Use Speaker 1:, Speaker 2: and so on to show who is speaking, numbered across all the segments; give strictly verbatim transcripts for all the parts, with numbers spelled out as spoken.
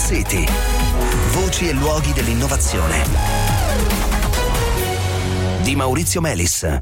Speaker 1: City. Voci e luoghi dell'innovazione. Di Maurizio Melis.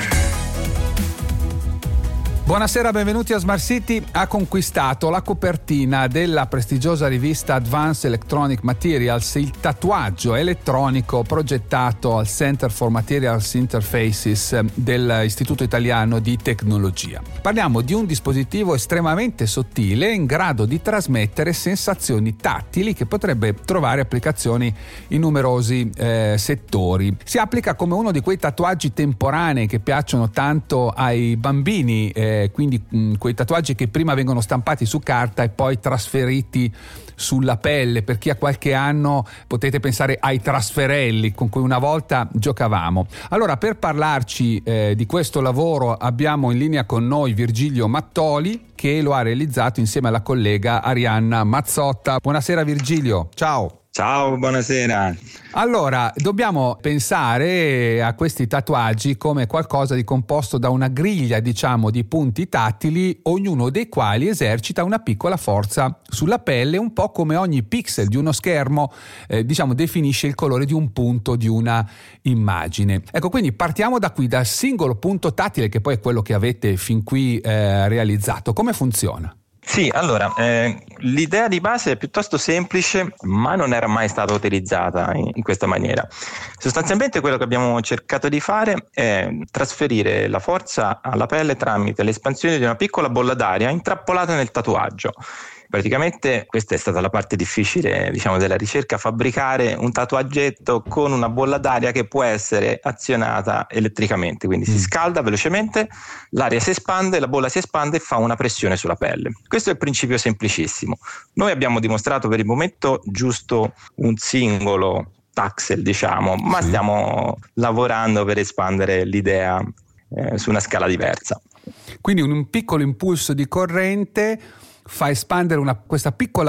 Speaker 2: Buonasera, benvenuti a Smart City. Ha conquistato la copertina della prestigiosa rivista Advanced Electronic Materials il tatuaggio elettronico progettato al Center for Materials Interfaces dell'Istituto Italiano di Tecnologia. Parliamo di un dispositivo estremamente sottile in grado di trasmettere sensazioni tattili che potrebbe trovare applicazioni in numerosi eh, settori. Si applica come uno di quei tatuaggi temporanei che piacciono tanto ai bambini, eh, quindi mh, quei tatuaggi che prima vengono stampati su carta e poi trasferiti sulla pelle. Per chi ha qualche anno potete pensare ai trasferelli con cui una volta giocavamo. Allora, per parlarci eh, di questo lavoro abbiamo in linea con noi Virgilio Mattoli, che lo ha realizzato insieme alla collega Arianna Mazzotta. Buonasera Virgilio, ciao.
Speaker 3: Ciao, buonasera.
Speaker 2: Allora, dobbiamo pensare a questi tatuaggi come qualcosa di composto da una griglia, diciamo, di punti tattili, ognuno dei quali esercita una piccola forza sulla pelle, un po' come ogni pixel di uno schermo, eh, diciamo, definisce il colore di un punto di una immagine. Ecco, quindi partiamo da qui, dal singolo punto tattile, che poi è quello che avete fin qui eh, realizzato. Come funziona?
Speaker 3: Sì, allora, eh, l'idea di base è piuttosto semplice, ma non era mai stata utilizzata in, in questa maniera. Sostanzialmente quello che abbiamo cercato di fare è trasferire la forza alla pelle tramite l'espansione di una piccola bolla d'aria intrappolata nel tatuaggio. Praticamente questa è stata la parte difficile, diciamo, della ricerca: fabbricare un tatuaggetto con una bolla d'aria che può essere azionata elettricamente, quindi mm. si scalda velocemente, l'aria si espande, la bolla si espande e fa una pressione sulla pelle. Questo è il principio semplicissimo. Noi abbiamo dimostrato per il momento giusto un singolo taxel, diciamo, ma sì. stiamo lavorando per espandere l'idea eh, su una scala diversa.
Speaker 2: Quindi un piccolo impulso di corrente fa espandere una, questa piccola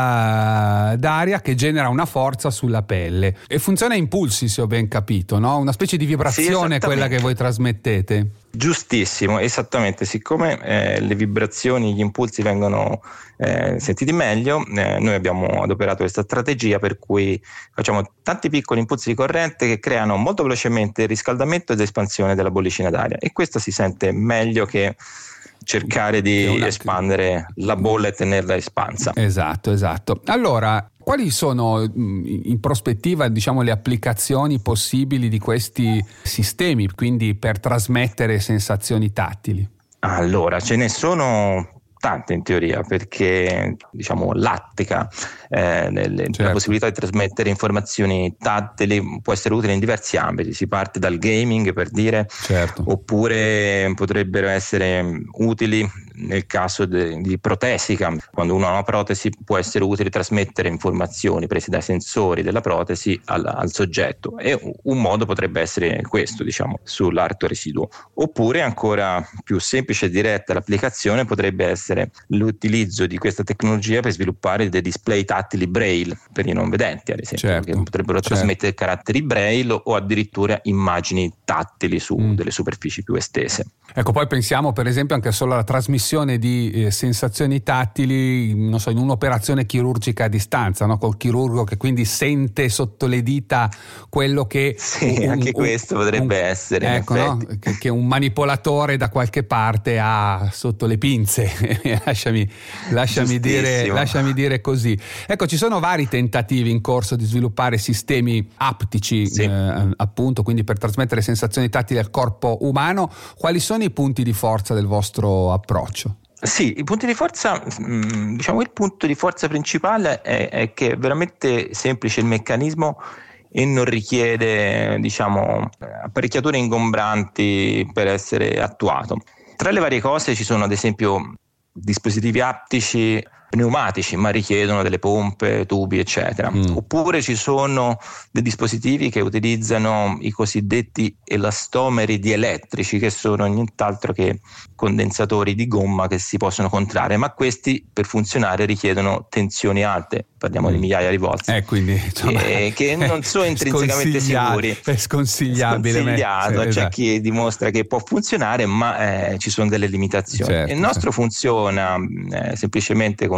Speaker 2: bolla d'aria che genera una forza sulla pelle e funziona a impulsi, se ho ben capito, no? Una specie di vibrazione, sì, quella che voi trasmettete.
Speaker 3: Giustissimo, esattamente. Siccome eh, le vibrazioni, gli impulsi vengono eh, sentiti meglio, eh, noi abbiamo adoperato questa strategia per cui facciamo tanti piccoli impulsi di corrente che creano molto velocemente il riscaldamento ed espansione della bollicina d'aria, e questo si sente meglio che cercare di una... espandere la bolla e tenerla espansa.
Speaker 2: Esatto, esatto. Allora, quali sono in prospettiva, diciamo, le applicazioni possibili di questi sistemi, quindi per trasmettere sensazioni tattili?
Speaker 3: Allora, ce ne sono tante in teoria, perché diciamo l'attica, eh, nelle, certo. la possibilità di trasmettere informazioni tattili può essere utile in diversi ambiti. Si parte dal gaming, per dire,
Speaker 2: certo.
Speaker 3: oppure potrebbero essere utili nel caso de, di protesica. Quando uno ha una protesi può essere utile trasmettere informazioni prese dai sensori della protesi al, al soggetto, e un modo potrebbe essere questo, diciamo, sull'arto residuo. Oppure, ancora più semplice e diretta l'applicazione, potrebbe essere l'utilizzo di questa tecnologia per sviluppare dei display tattili braille per i non vedenti, ad esempio,
Speaker 2: certo,
Speaker 3: che potrebbero certo. trasmettere caratteri braille o addirittura immagini tattili su mm. delle superfici più estese.
Speaker 2: Ecco, poi pensiamo per esempio anche solo alla trasmissione di eh, sensazioni tattili, non so, in un'operazione chirurgica a distanza, no? Col chirurgo che quindi sente sotto le dita quello che
Speaker 3: sì, un, anche un, questo potrebbe un, essere,
Speaker 2: ecco, no? che, che un manipolatore da qualche parte ha sotto le pinze. lasciami, lasciami, dire, lasciami dire così. Ecco, ci sono vari tentativi in corso di sviluppare sistemi aptici, sì. eh, appunto, quindi per trasmettere sensazioni tattili al corpo umano. Quali sono i punti di forza del vostro approccio?
Speaker 3: Sì, i punti di forza, diciamo il punto di forza principale è, è che è veramente semplice il meccanismo e non richiede, diciamo, apparecchiature ingombranti per essere attuato. Tra le varie cose ci sono ad esempio dispositivi aptici pneumatici, ma richiedono delle pompe, tubi, eccetera. Mm. Oppure ci sono dei dispositivi che utilizzano i cosiddetti elastomeri dielettrici, che sono nient'altro che condensatori di gomma che si possono contrarre, ma questi per funzionare richiedono tensioni alte, parliamo mm. di migliaia di volt,
Speaker 2: eh, quindi, insomma,
Speaker 3: che, che non sono intrinsecamente sicuri.
Speaker 2: È sconsigliabile.
Speaker 3: Sconsigliato,
Speaker 2: me.
Speaker 3: c'è esatto. chi dimostra che può funzionare, ma eh, ci sono delle limitazioni.
Speaker 2: Certo,
Speaker 3: il nostro
Speaker 2: certo.
Speaker 3: funziona eh, semplicemente con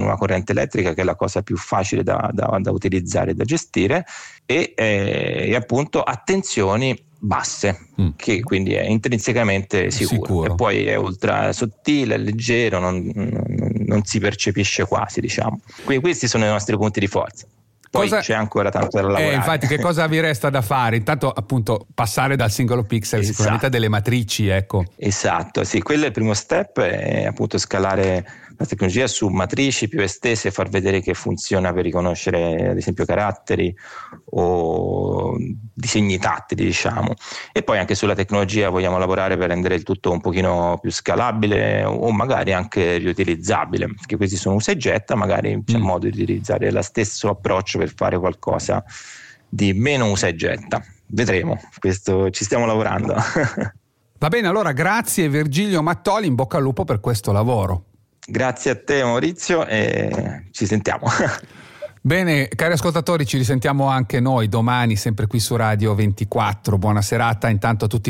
Speaker 3: una corrente elettrica, che è la cosa più facile da, da, da utilizzare e da gestire, e, eh, e appunto a tensioni basse, mm. che quindi è intrinsecamente sicuro, sicuro. E poi è ultra sottile, è leggero, non, non, non si percepisce quasi, diciamo. Quindi questi sono i nostri punti di forza. Poi cosa... c'è ancora tanto da lavorare.
Speaker 2: Eh, infatti, che cosa vi resta da fare? Intanto, appunto, passare dal singolo pixel, esatto. sicuramente a delle matrici, ecco.
Speaker 3: Esatto, sì, quello è il primo step, è appunto scalare la tecnologia su matrici più estese, far vedere che funziona per riconoscere ad esempio caratteri o disegni tattili, diciamo. E poi anche sulla tecnologia vogliamo lavorare per rendere il tutto un pochino più scalabile o magari anche riutilizzabile, perché questi sono usa e getta, magari c'è mm. modo di utilizzare lo stesso approccio per fare qualcosa di meno usa e getta. Vedremo, questo ci stiamo lavorando.
Speaker 2: Va bene, allora grazie Virgilio Mattoli, in bocca al lupo per questo lavoro.
Speaker 3: Grazie a te Maurizio e ci sentiamo.
Speaker 2: Bene, cari ascoltatori, ci risentiamo anche noi domani, sempre qui su Radio ventiquattro. Buona serata, intanto a tutti.